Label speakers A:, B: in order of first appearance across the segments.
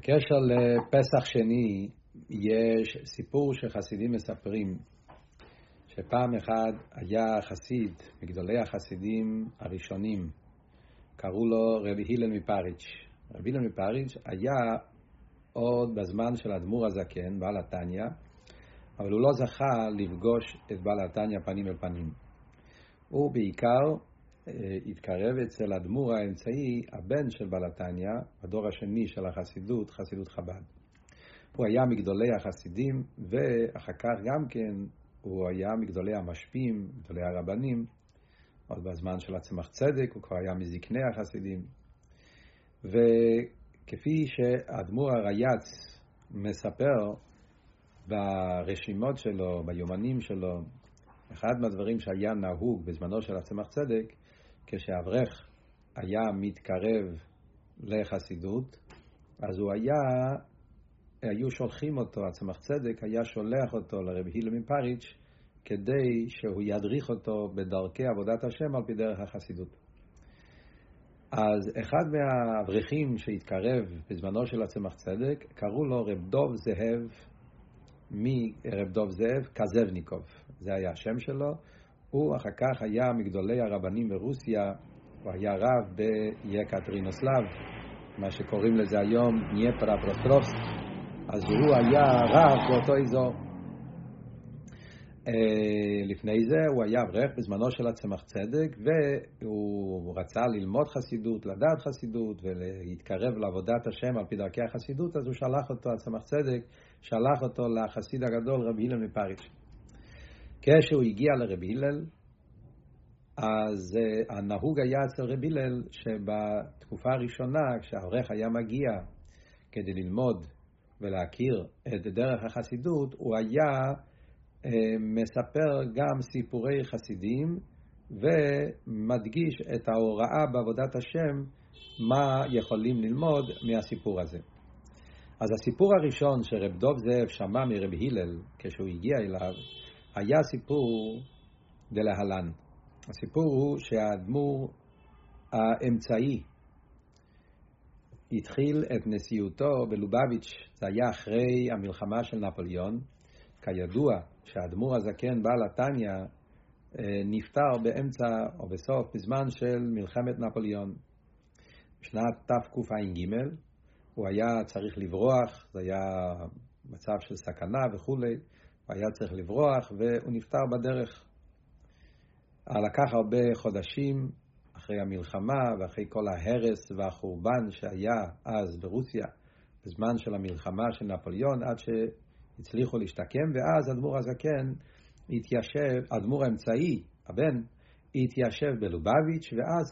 A: בקשר לפסח שני יש סיפור שחסידים מספרים שפעם אחד היה חסיד מגדולי החסידים הראשונים, קראו לו רבי הלל מפריץ'. רבי הלל מפריץ' היה עוד בזמן של האדמו"ר הזקן, בעל התניא, אבל הוא לא זכה לפגוש את בעל התניא פנים אל פנים. הוא בעיקר התקרב אצל האדמו"ר האמצעי, הבן של בעל התניא, הדור השני של החסידות, חסידות חב"ד. הוא היה מגדולי החסידים, ואחר כך גם כן הוא היה מגדולי המשפיעים, גדולי הרבנים. עוד בזמן של הצמח צדק הוא כבר היה מזקני החסידים. וכפי שהאדמו"ר הרייץ מספר ברשימות שלו, ביומנים שלו, אחד מהדברים שהיה נהוג בזמנו של הצמח צדק, כשאברך היה מתקרב לחסידות, אז היו שולחים אותו, הצמח צדק היה שולח אותו לרבי הלל מפריץ' כדי שהוא ידריך אותו בדרכי עבודת השם על פי דרך החסידות. אז אחד מהאברכים שהתקרב בזמנו של הצמח צדק, קראו לו רב דוב זאב, רב דוב זאב קזבניקוב, זה היה השם שלו. הוא אחר כך היה מגדולי הרבנים ברוסיה, הוא היה רב ביקטרינוסלב, מה שקוראים לזה היום דניפרופטרובסק, אז הוא היה רב באותו אזור. לפני זה הוא היה אברך בזמנו של הצמח צדק, והוא רצה ללמוד חסידות, לדעת חסידות ולהתקרב לעבודת השם על פי דרכי החסידות, אז הוא שלח אותו, הצמח צדק שלח אותו לחסיד הגדול רבי הלל מפריץ'. כשהוא הגיע לרבי הלל, אז הנהוג היה אצל רבי הלל שבתקופה הראשונה כשהאברך היה מגיע כדי ללמוד ולהכיר את דרך החסידות, הוא היה מספר גם סיפורי חסידים ומדגיש את ההוראה בעבודת השם, מה יכולים ללמוד מהסיפור הזה. אז הסיפור הראשון שרב דוב זאב שמע מרבי הלל כשהוא הגיע אליו היה סיפור דלהלן. הסיפור הוא שהאדמו"ר האמצעי התחיל את נשיאותו בלובביץ', זה היה אחרי המלחמה של נפוליאון. כידוע שהאדמו"ר הזקן בעל התניא נפטר באמצע או בסוף בזמן של מלחמת נפוליאון. בשנת תקע"ג הוא היה צריך לברוח, זה היה מצב של סכנה וכולי, הוא היה צריך לברוח והוא נפטר בדרך. לקח הרבה חודשים אחרי המלחמה ואחרי כל ההרס והחורבן שהיה אז ברוסיה בזמן של המלחמה של נפוליאון, עד שהצליחו להשתקם, ואז האדמו"ר הזקן התיישב, האדמו"ר האמצעי, הבן, התיישב בלובביץ', ואז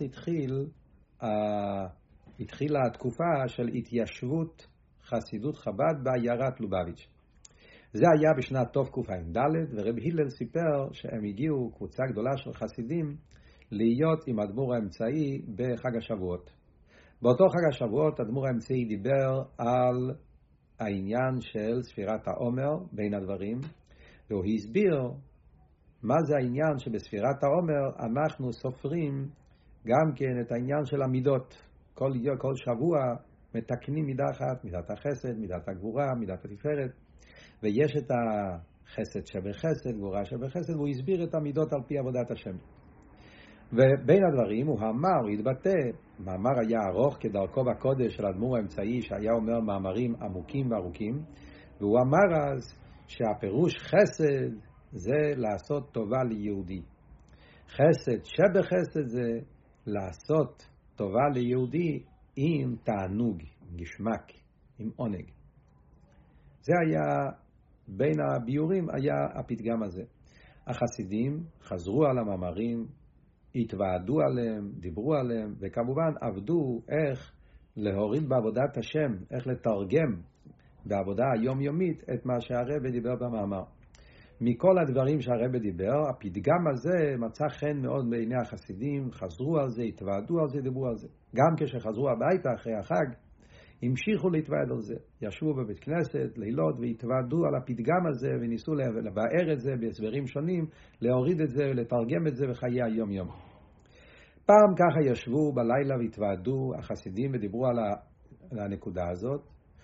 A: התחילה התקופה של התיישבות חסידות חב"ד בעיירת לובביץ'. זה היה בשנת תקע"ד, ורבי הלל סיפר שהם הגיעו, קבוצה גדולה של חסידים, להיות עם האדמו"ר האמצעי בחג השבועות. באותו חג השבועות האדמו"ר האמצעי דיבר על העניין של ספירת העומר בין הדברים, והוא הסביר מה זה העניין שבספירת העומר אנחנו סופרים גם כן את העניין של המידות. כל שבוע מתקנים מידה אחת, מידת החסד, מידת הגבורה, מידת התפארת, ויש את החסד שבחסד, גבורה שבחסד, והוא הסביר את המידות על פי עבודת השם. ובין הדברים הוא התבטא, מאמר היה ארוך כדרכו בקודש של האדמו"ר האמצעי שהיה אומר מאמרים עמוקים וארוכים, והוא אמר אז שהפירוש חסד זה לעשות טובה ליהודי. חסד שבחסד זה לעשות טובה ליהודי עם תענוג, עם גשמק, עם עונג. זה היה בין הביורים, היה הפתגם הזה. החסידים חזרו על המאמרים, התוועדו עליהם, דיברו עליהם, וכמובן עבדו איך להוריד בעבודת השם, איך לתרגם בעבודה היומיומית את מה שהרבי דיבר במאמר. מכל הדברים שהרבי דיבר, הפתגם הזה מצא חן מאוד בעיני החסידים, חזרו על זה, התוועדו על זה, דיברו על זה. גם כשחזרו הביתה אחרי החג, המשיכו להתוועד על זה. ישבו בבית כנסת, לילות, והתוועדו על הפתגם הזה, וניסו לבאר את זה בהסברים שונים, להוריד את זה, לתרגם את זה בחיי היום יום. פעם ככה ישבו בלילה והתוועדו החסידים ודיברו על הנקודה הזאת,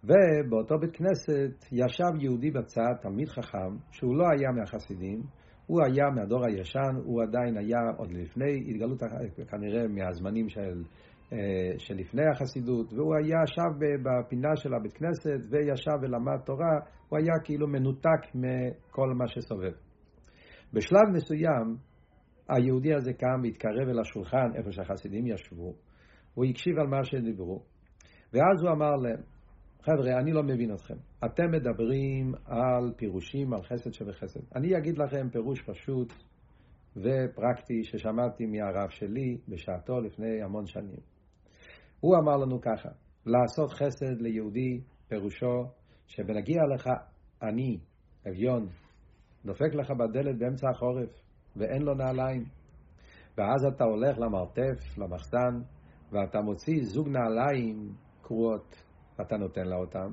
A: ובאותו בית כנסת ישב יהודי בצד, תלמיד חכם, שהוא לא היה מהחסידים, הוא היה מהדור הישן, הוא עדיין היה עוד לפני התגלות, כנראה מהזמנים שלפני החסידות, והוא היה ישב בפינה של הבית כנסת וישב ולמד תורה, הוא היה כאילו מנותק מכל מה שסובב. בשלב מסוים היהודי הזה קם והתקרב אל השולחן איפה שהחסידים ישבו, הוא הקשיב על מה שדיברו, ואז הוא אמר להם, חבר'ה, אני לא מבין אתכם. אתם מדברים על פירושים, על חסד שבחסד. אני אגיד לכם פירוש פשוט ופרקטי ששמעתי מהרב שלי בשעתו לפני המון שנים. הוא אמר לנו ככה, לעשות חסד ליהודי פירושו שבנגיע לך אני, אביון, דופק לך בדלת באמצע החורף ואין לו נעליים. ואז אתה הולך למרתף, למחסן, ואתה מוציא זוג נעליים קרועות. אתה נותן לה אותם,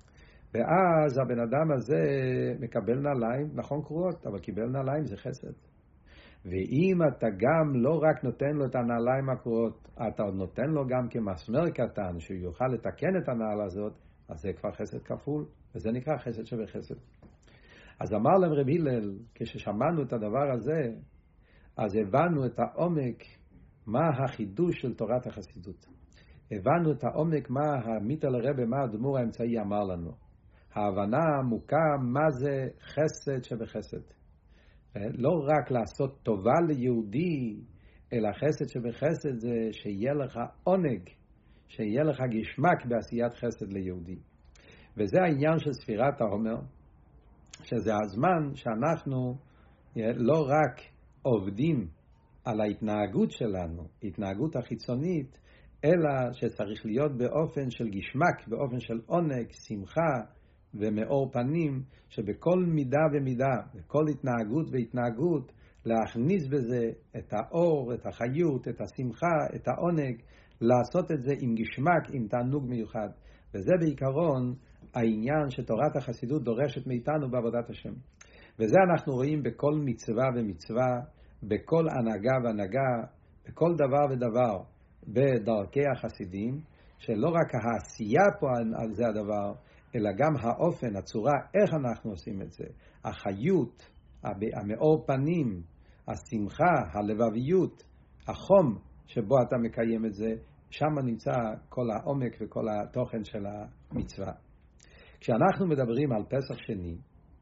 A: ואז הבן אדם הזה מקבל נעליים, נכון קרועות, אבל קיבל נעליים זה חסד. ואם אתה גם לא רק נותן לו את הנעליים הקרועות, אתה עוד נותן לו גם כמסמר קטן שהוא יוכל לתקן את הנעל הזאת, אז זה כבר חסד כפול, וזה נקרא חסד שווה חסד. אז אמר להם רב הלל, כששמענו את הדבר הזה, אז הבנו את העומק, מה החידוש של תורת החסידות. הבנו את העומק, מה המיטל רבי, מה הדמור האמצעי אמר לנו. ההבנה העמוקה, מה זה חסד שבחסד. לא רק לעשות טובה ליהודי, אלא חסד שבחסד זה שיהיה לך עונג, שיהיה לך גשמק בעשיית חסד ליהודי. וזה העניין של ספירת העומר, שזה הזמן שאנחנו לא רק עובדים על ההתנהגות שלנו, התנהגות החיצונית, אלא שצריך להיות באופן של גשמק, באופן של עונג, שמחה ומאור פנים, שבכל מידה ומידה, בכל התנהגות והתנהגות, להכניס בזה את האור, את החיות, את השמחה, את העונג, לעשות את זה עם גשמק, עם תענוג מיוחד. וזה בעיקרון העניין שתורת החסידות דורשת מאיתנו בעבודת השם. וזה אנחנו רואים בכל מצווה ומצווה, בכל הנהגה והנהגה, בכל דבר ודבר. בדרכי החסידים, שלא רק העשייה פה על זה הדבר, אלא גם האופן, הצורה, איך אנחנו עושים את זה, החיות, המאור פנים, השמחה, הלבביות, החום שבו אתה מקיים את זה, שם נמצא כל העומק וכל התוכן של המצווה. כשאנחנו מדברים על פסח שני,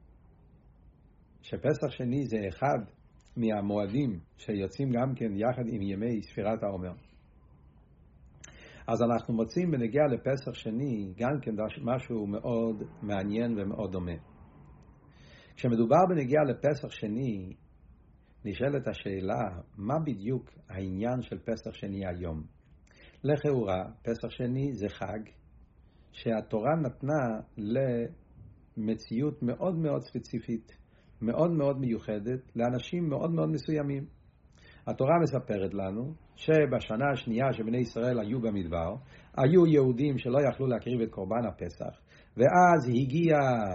A: שפסח שני זה אחד מהמועדים שיוצאים גם כן יחד עם ימי ספירת העומר, אז אנחנו מוצאים בנגיע לפסח שני גם כן משהו מאוד מעניין ומאוד דומה. כשמדובר בנגיע לפסח שני, נשאלת השאלה, מה בדיוק העניין של פסח שני היום? לכאורה, פסח שני זה חג שהתורה נתנה למציאות מאוד מאוד ספציפית, מאוד מאוד מיוחדת, לאנשים מאוד מאוד מסוימים. התורה מספרת לנו שבשנה השנייה שבני ישראל היו במדבר, היו יהודים שלא יכלו להקריב את קורבן הפסח, ואז הגיעה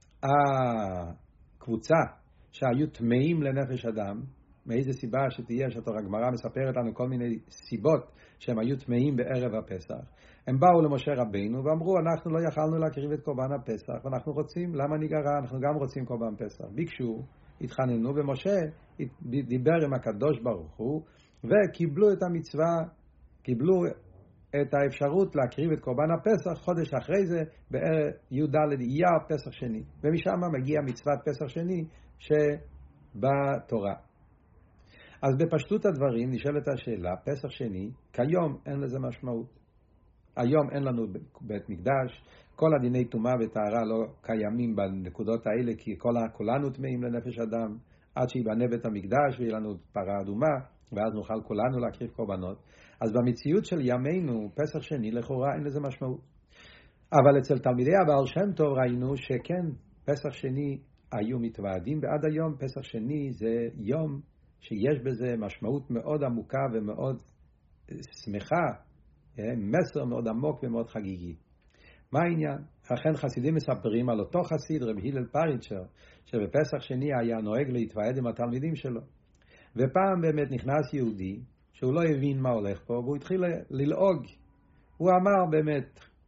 A: הקבוצה שהיו טמאים לנפש אדם, מאיזה סיבה שתהיה, שהתורה הגמרא מספרת לנו כל מיני סיבות שהם היו טמאים בערב הפסח. הם באו למשה רבינו ואמרו, אנחנו לא יכלנו להקריב את קורבן הפסח, ואנחנו רוצים, למה ניגרע? אנחנו גם רוצים קורבן פסח. ביקשו, התחננו, ומשה דיבר עם הקדוש ברוך הוא, וקיבלו את המצווה, קיבלו את האפשרות להקריב את קורבן הפסח חודש אחרי זה, בי"ד אייר פסח שני. ומשם מגיע מצוות פסח שני שבתורה. אז בפשטות הדברים נשאלת השאלה, פסח שני, כיום אין לזה משמעות. היום אין לנו בית מקדש, כל הדיני טומאה וטהרה לא קיימים בנקודות האלה, כי כולנו טמאים לנפש אדם, עד שיבנה בית המקדש ויהיה לנו פרה אדומה, ואז נוכל כולנו להקריב קורבנות. אז במציאות של ימינו, פסח שני לכאורה אין לזה משמעות. אבל אצל תלמידי הבעל שם טוב ראינו שכן, פסח שני היו מתוועדים, ועד היום פסח שני זה יום שיש בזה משמעות מאוד עמוקה ומאוד שמחה, מסר מאוד עמוק ומאוד חגיגי. מה העניין? אכן חסידים מספרים על אותו חסיד, רב הלל פריצ'ר, שבפסח שני היה נוהג להתוועד עם התלמידים שלו. ופעם באמת נכנס יהודי, שהוא לא הבין מה הולך פה, והוא התחיל ללעוג. הוא אמר באמת,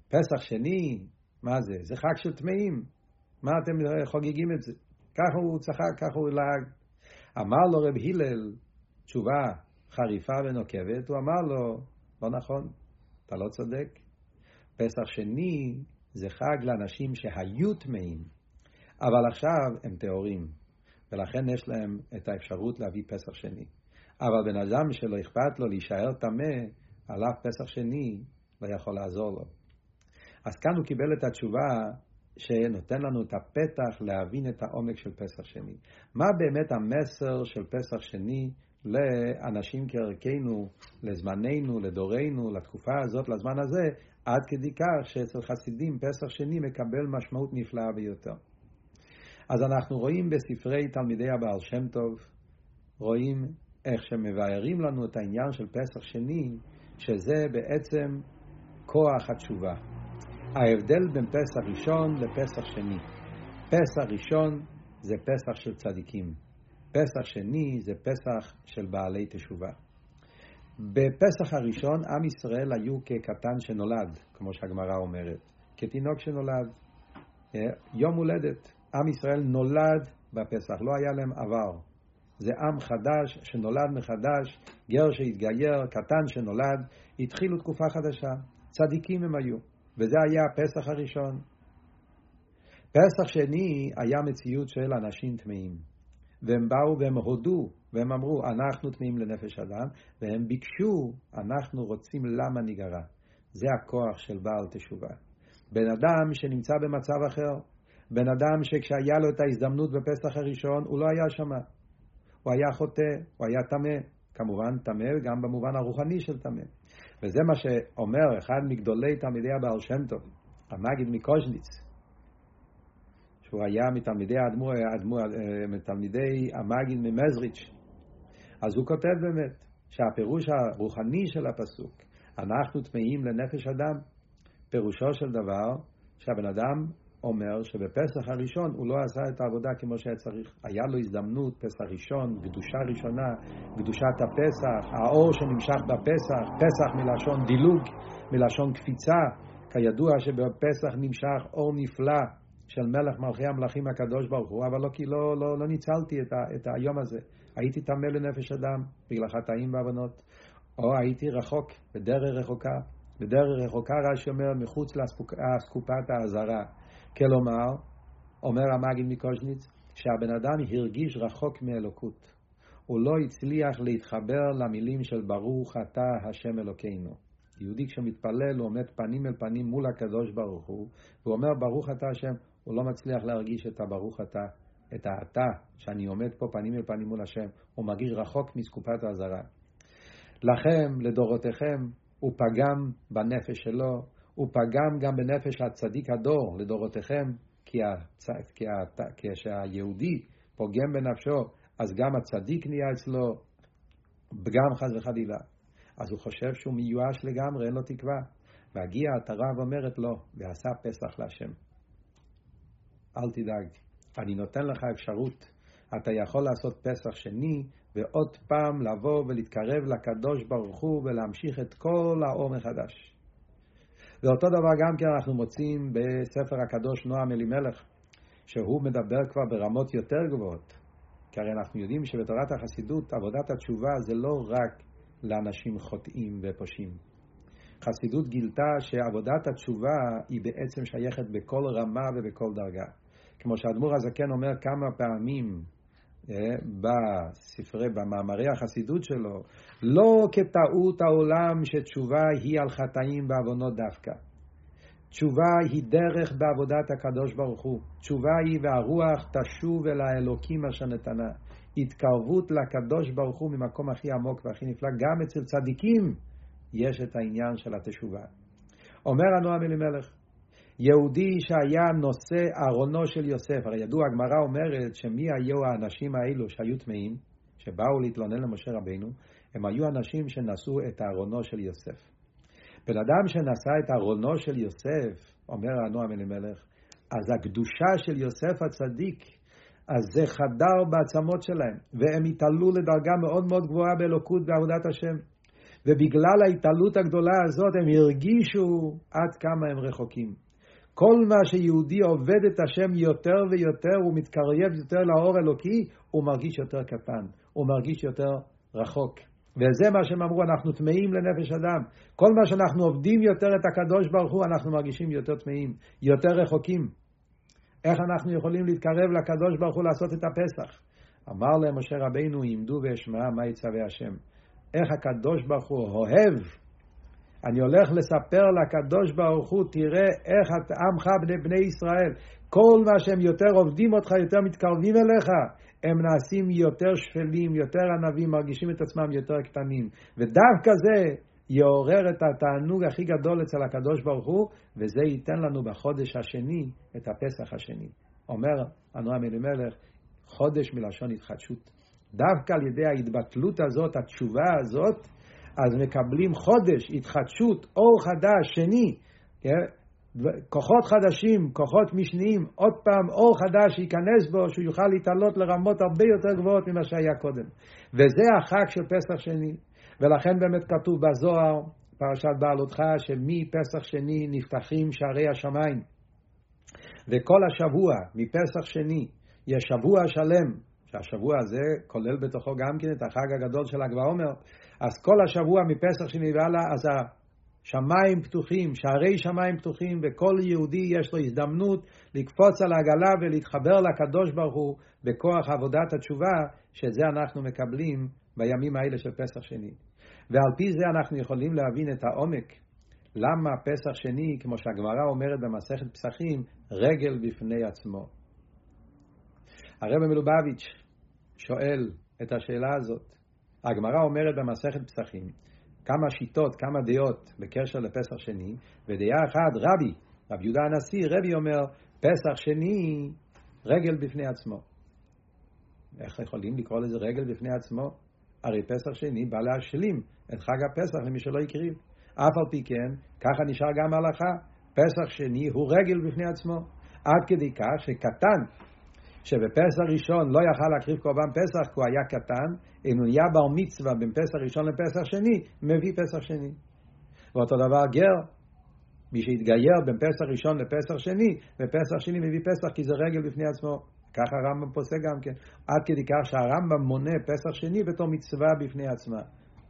A: פסח שני, מה זה? זה חג של טמאים. מה אתם חוגגים את זה? ככה הוא צחק, ככה הוא לעג. אמר לו רב הלל תשובה חריפה ונוקבת, הוא אמר לו, לא נכון, אתה לא צודק. פסח שני זה חג לאנשים שהיו טמאים, אבל עכשיו הם טהורים, ולכן יש להם את האפשרות להביא פסח שני. אבל בן אדם שלא אכפת לו להישאר טמא, עליו פסח שני לא יכול לעזור לו. אז כאן הוא קיבל את התשובה שנותן לנו את הפתח להבין את העומק של פסח שני. מה באמת המסר של פסח שני לאנשים כערכנו, לזמננו, לדורנו, לתקופה הזאת, לזמן הזה, עד כדי כך שאצל חסידים פסח שני מקבל משמעות נפלאה ביותר. אז אנחנו רואים בספרי תלמידי הבעל שם טוב, רואים איך שמבארים לנו את העניין של פסח שני, שזה בעצם כוח התשובה. ההבדל בין פסח ראשון לפסח שני. פסח ראשון זה פסח של צדיקים. פסח שני זה פסח של בעלי תשובה. בפסח הראשון עם ישראל היו כקטן שנולד, כמו שהגמרא אומרת, כתינוק שנולד, יום הולדת. עם ישראל נולד בפסח, לא היה להם עבר. זה עם חדש שנולד מחדש, גר שהתגייר, קטן שנולד, התחילו תקופה חדשה, צדיקים הם היו, וזה היה הפסח הראשון. פסח שני היה מציאות של אנשים טמאים, והם באו והם הודו, והם אמרו, אנחנו טמאים לנפש אדם, והם ביקשו, אנחנו רוצים למה ניגרע. זה הכוח של בעל תשובה. בן אדם שנמצא במצב אחר, בן אדם שכשהיה לו את ההזדמנות בפסח הראשון, הוא לא היה שם. הוא היה חוטא, הוא היה טמא, כמובן טמא גם במובן הרוחני של טמא. וזה מה שאומר אחד מגדולי תלמידי הבעל שם טוב, המגיד מקוז'ניץ, שהוא היה מתלמידי מתלמידי המגיד ממזריץ'. אז הוא כותב באמת שהפירוש הרוחני של הפסוק, אנחנו טמאים לנפש אדם, פירושו של דבר שהבן אדם אומר שבפסח הראשון הוא לא עשה את העבודה כמו שהיה צריך. היה לו הזדמנות, פסח ראשון, קדושה ראשונה, קדושת הפסח, האור שנמשך בפסח, פסח מלשון דילוג, מלשון קפיצה. כידוע שבפסח נמשך אור נפלא של מלך מלכי המלכים הקדוש ברוך הוא, אבל לא ניצלתי את היום הזה. הייתי טמא לנפש אדם בגלל חטאים ועוונות, או הייתי רחוק, בדרך רחוקה. בדרך רחוקה רש"י אומר מחוץ לאסקופת האזהרה. כלומר, אומר המגיד מקוז'ניץ, שהבן אדם הרגיש רחוק מאלוקות. הוא לא הצליח להתחבר למילים של ברוך אתה השם אלוקינו. יהודי כשמתפלל הוא עומד פנים אל פנים מול הקדוש ברוך הוא, והוא אומר ברוך אתה השם, הוא לא מצליח להרגיש את הברוך אתה, את האתה שאני עומד פה פנים אל פנים מול השם, הוא מרגיש רחוק מסקופת האזהרה. לכם, לדורותיכם, הוא פגם בנפש שלו, הוא פגם גם בנפש הצדיק הדור לדורותיכם, כי כשהיהודי פוגם בנפשו, אז גם הצדיק נהיה אצלו פגם חס וחלילה. אז הוא חושב שהוא מיואש לגמרי, אין לו תקווה. והגיעה התורה ואומרת לו, ועשה פסח להשם. אל תדאג, אני נותן לך אפשרות, אתה יכול לעשות פסח שני, ועוד פעם לבוא ולהתקרב לקדוש ברוך הוא, ולהמשיך את כל האור מחדש. ואותו דבר גם כי אנחנו מוצאים בספר הקדוש נועם אלימלך, שהוא מדבר כבר ברמות יותר גבוהות. כי הרי אנחנו יודעים שבתורת החסידות, עבודת התשובה זה לא רק לאנשים חוטאים ופושעים. חסידות גילתה שעבודת התשובה היא בעצם שייכת בכל רמה ובכל דרגה. כמו שהאדמו"ר הזקן אומר כמה פעמים במאמרי החסידות שלו, לא כטעות העולם שתשובה היא על חטאים בעוונות דווקא. תשובה היא דרך בעבודת הקדוש ברוך הוא. תשובה היא והרוח תשוב אל האלוקים אשר נתנה. התקרבות לקדוש ברוך הוא ממקום הכי עמוק והכי נפלא. גם אצל צדיקים יש את העניין של התשובה. אומר הנועם אלימלך, יהודי שהיה נושא ארונו של יוסף, הרי ידוע, הגמרא אומרת שמי היו האנשים האלו שהיו טמאים, שבאו להתלונן למשה רבינו, הם היו אנשים שנשאו את ארונו של יוסף. בן אדם שנשא את ארונו של יוסף, אומר הנועם אלימלך, אז הקדושה של יוסף הצדיק, אז זה חדר בעצמות שלהם, והם התעלו לדרגה מאוד מאוד גבוהה באלוקות בעבודת השם. ובגלל ההתעלות הגדולה הזאת הם הרגישו עד כמה הם רחוקים. כל מה שיהודי עובד את השם יותר ויותר, הוא מתקרב יותר לאור אלוקי, הוא מרגיש יותר קטן, הוא מרגיש יותר רחוק. וזה מה שהם אמרו, אנחנו טמאים לנפש אדם. כל מה שאנחנו עובדים יותר את הקדוש ברוך הוא, אנחנו מרגישים יותר טמאים, יותר רחוקים. איך אנחנו יכולים להתקרב לקדוש ברוך הוא לעשות את הפסח? אמר להם משה רבינו, עמדו ואשמע מה יצווה השם. איך הקדוש ברוך הוא אוהב. אני הולך לספר לקדוש ברוך הוא, תראה איך עמך בני ישראל, כל מה שהם יותר עובדים אותך, יותר מתקרבים אליך, הם נעשים יותר שפלים, יותר ענבים, מרגישים את עצמם יותר קטנים. ודווקא זה יעורר את התענוג הכי גדול אצל הקדוש ברוך הוא, וזה ייתן לנו בחודש השני את הפסח השני. אומר אברהם אלימלך, חודש מלשון התחדשות. דווקא על ידי ההתבטלות הזאת, התשובה הזאת, אז מקבלים חודש, התחדשות, אור חדש, שני, כוחות חדשים, כוחות משניים, עוד פעם אור חדש שיכנס בו, שהוא יוכל להתעלות לרמות הרבה יותר גבוהות ממה שהיה קודם. וזה החג של פסח שני. ולכן באמת כתוב בזוהר, פרשת בעלותך, שמפסח שני נפתחים שערי השמיים. וכל השבוע, מפסח שני, יש שבוע שלם, שהשבוע הזה כולל בתוכו גם כן את החג הגדול של ל"ג בעומר, אז כל השבוע מפסח שני והלאה, אז השמיים פתוחים, שערי שמיים פתוחים, וכל יהודי יש לו הזדמנות לקפוץ על העגלה ולהתחבר לקדוש ברוך הוא בכוח עבודת התשובה, שזה אנחנו מקבלים בימים האלה של פסח שני. ועל פי זה אנחנו יכולים להבין את העומק, למה פסח שני, כמו שהגמרא אומרת במסכת פסחים, רגל בפני עצמו. הרב מלובביץ' שואל את השאלה הזאת. הגמרא אומרת במסכת פסחים כמה שיטות, כמה דעות בקשר לפסח שני, ודעה אחת, רבי יהודה הנשיא, רבי אומר, פסח שני רגל בפני עצמו. איך יכולים לקרוא לזה רגל בפני עצמו? הרי פסח שני בא להשלים את חג הפסח למי שלא הקריב. אף על פי כן, ככה נשאר גם ההלכה, פסח שני הוא רגל בפני עצמו. עד כדי כך שקטן, שבפסח ראשון לא יכל להקריב קורבן פסח כי הוא היה קטן, אם הוא נהיה בר מצווה בין פסח ראשון לפסח שני, מביא פסח שני. ואותו דבר גר, מי שהתגייר בין פסח ראשון לפסח שני, ופסח שני מביא פסח כי זה רגל בפני עצמו. ככה הרמב"ם פוסק גם כן. עד כדי כך שהרמב"ם מונה פסח שני בתור מצווה בפני עצמה.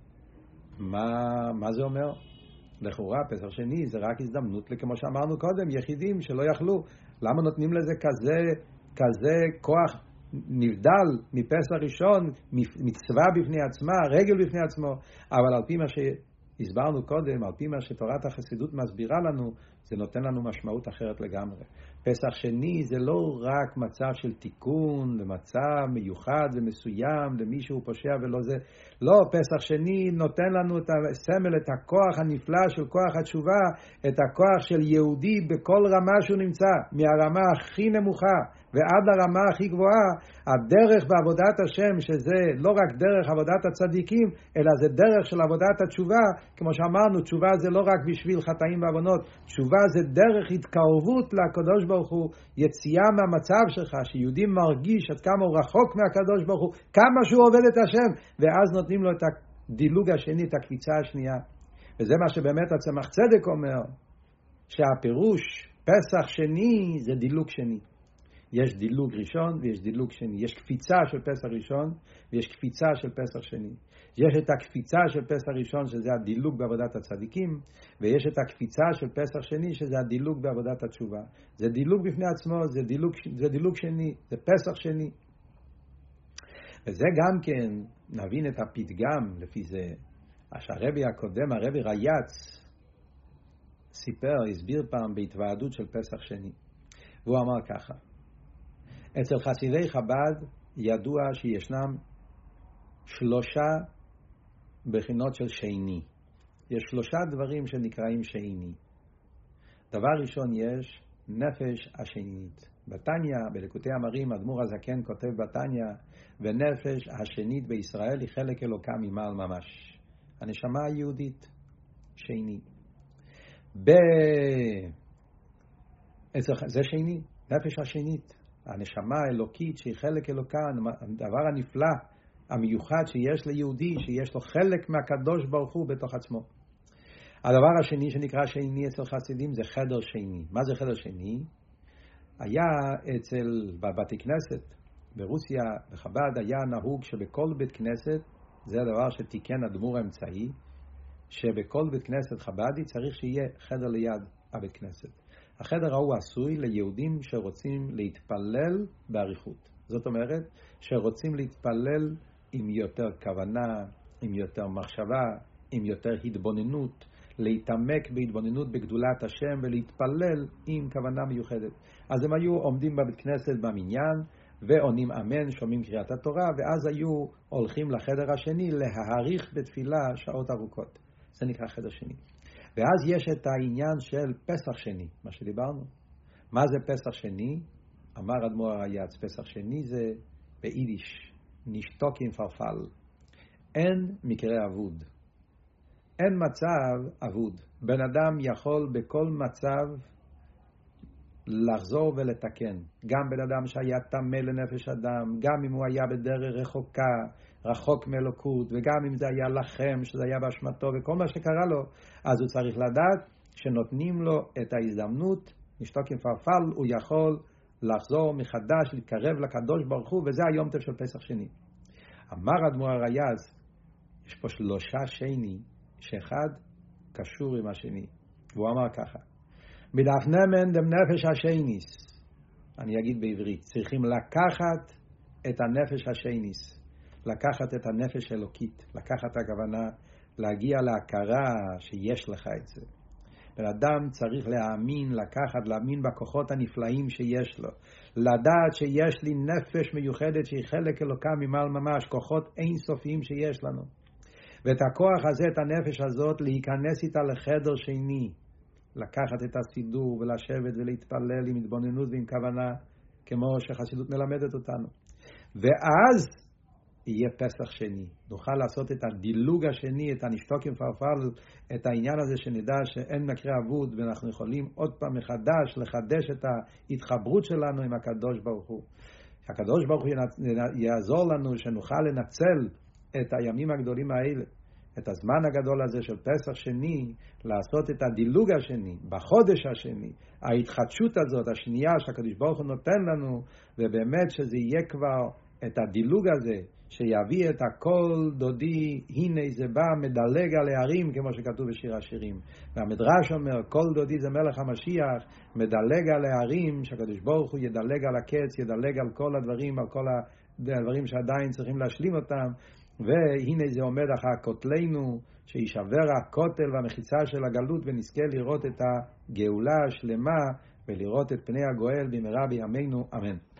A: מה זה אומר? לכאורה פסח שני זה רק הזדמנות, כמו שאמרנו קודם, יחידים שלא יכלו. למה נותנים לזה כזה כוח נבדל מפסח ראשון, מצווה בפני עצמה, רגל בפני עצמו? אבל על פי מה שהסברנו קודם, על פי מה שתורת החסידות מסבירה לנו, זה נותן לנו משמעות אחרת לגמרי. פסח שני זה לא רק מצב של תיקון, ומצב מיוחד ומסוים למישהו פושע ולא זה. לא, פסח שני נותן לנו את הסמל, את הכוח הנפלא של כוח התשובה, את הכוח של יהודי בכל רמה שהוא נמצא, מהרמה הכי נמוכה ועד לרמה הכי גבוהה. הדרך בעבודת השם, שזה לא רק דרך עבודת הצדיקים, אלא זה דרך של עבודת התשובה. כמו שאמרנו, תשובה זה לא רק בשביל חטאים ועוונות, תשובה זה דרך התקרבות לקדוש ברוך הוא, יציאה מהמצב שלך, שיהודי מרגיש עד כמה הוא רחוק מהקדוש ברוך הוא, כמה שהוא עובד את השם, ואז נותנים לו את הדילוג השני, את הקפיצה השנייה. וזה מה שבאמת הצמח צדק אומר, שהפירוש פסח שני זה דילוג שני. יש דילוג ראשון ויש דילוג שני. יש קפיצה של פסח ראשון ויש קפיצה של פסח שני. יש את הקפיצה של פסח ראשון שזה הדילוג בעבודת הצדיקים, ויש את הקפיצה של פסח שני שזה הדילוג בעבודת התשובה. זה דילוג בפני עצמו, זה דילוג שני, זה פסח שני. וזה גם כן, נבין את הפתגם לפי זה. הרבי הקודם, הרבי רייץ, הסביר פעם בהתוועדות של פסח שני. והוא אמר ככה, אצל חסידי חב"ד ידוע שישנם 3 בחינות של שני. יש 3 דברים שנקראים שני. דבר ראשון, יש נפש השנית. בתניא, בליקוטי אמרים, אדמו"ר הזקן כותב בתניא, ונפש השנית בישראל היא חלק אלוקה ממעל ממש. הנשמה היהודית, שני. זה שני, נפש השנית. הנשמה האלוקית שהיא חלק אלוקה, הדבר הנפלא, המיוחד שיש ליהודי, שיש לו חלק מהקדוש ברוך הוא בתוך עצמו. הדבר השני שנקרא שני אצל חסידים זה חדר שני. מה זה חדר שני? היה בבתי כנסת ברוסיה, בחב"ד, היה נהוג שבכל בית כנסת, זה הדבר שתיקן הדמור האמצעי, שבכל בית כנסת חב"די צריך שיהיה חדר ליד הבית כנסת. החדר ההוא עשוי ליהודים שרוצים להתפלל באריכות. זאת אומרת, שרוצים להתפלל עם יותר כוונה, עם יותר מחשבה, עם יותר התבוננות, להתעמק בהתבוננות בגדולת השם ולהתפלל עם כוונה מיוחדת. אז הם היו עומדים בבית כנסת במניין ועונים אמן, שומעים קריאת התורה, ואז היו הולכים לחדר השני להאריך בתפילה שעות ארוכות. זה נקרא חדר שני. ואז יש את העניין של פסח שני, מה שדיברנו. מה זה פסח שני? אמר אדמו"ר הריי"צ, פסח שני זה ביידיש, נשתוקין פרפל. אין מקרה אבוד. אין מצב אבוד. בן אדם יכול בכל מצב לחזור ולתקן. גם בן אדם שהיה טמא לנפש אדם, גם אם הוא היה בדרך רחוקה, רחוק מאלוקות, וגם אם זה היה לכם, שזה היה באשמתו, וכל מה שקרה לו, אז הוא צריך לדעת שנותנים לו את ההזדמנות, נשתוק עם פרפל, הוא יכול לחזור מחדש, להתקרב לקדוש ברוך הוא, וזה היום טוב של פסח שני. אמר אדמו"ר הריי"צ, יש פה 3 שני, שאחד קשור עם השני. והוא אמר ככה, מדפנמן דם נפש השניס, אני אגיד בעברית, צריכים לקחת את הנפש השניס, לקחת את הנפש האלוקית, לקחת הכוונה, להגיע להכרה שיש לך את זה. בן אדם צריך להאמין, להאמין בכוחות הנפלאים שיש לו, לדעת שיש לי נפש מיוחדת שהיא חלק אלוקה ממעל ממש, כוחות אינסופיים שיש לנו. ואת הכוח הזה, את הנפש הזאת, להיכנס איתה לחדר שני, לקחת את הסידור ולשבת ולהתפלל עם התבוננות ועם כוונה, כמו שחסידות מלמדת אותנו. ואז יהיה פסח שני. נוכל לעשות את הדילוג השני, את הנשתוק עם פרפל, את העניין הזה שנדע שאין מקרה אבוד, ואנחנו יכולים עוד פעם מחדש לחדש את ההתחברות שלנו עם הקדוש ברוך הוא. הקדוש ברוך הוא יעזור לנו שנוכל לנצל את הימים הגדולים האלה, את הזמן הגדול הזה של פסח שני, לעשות את הדילוג השני, בחודש השני, ההתחדשות הזאת, השנייה שהקדוש ברוך הוא נותן לנו, ובאמת שזה יהיה כבר את הדילוג הזה, שיביא את הכל דודי, הנה זה בא, מדלג על הערים, כמו שכתוב בשיר השירים. והמדרש אומר, כל דודי זה מלך המשיח, מדלג על הערים, שהקדוש ברוך הוא ידלג על הקץ, ידלג על כל הדברים, על כל הדברים שעדיין צריכים להשלים אותם, והנה זה עומד אחר כותלנו, שישבר הכותל והמחיצה של הגלות, ונזכה לראות את הגאולה השלמה, ולראות את פני הגואל במהרה בימינו, אמן.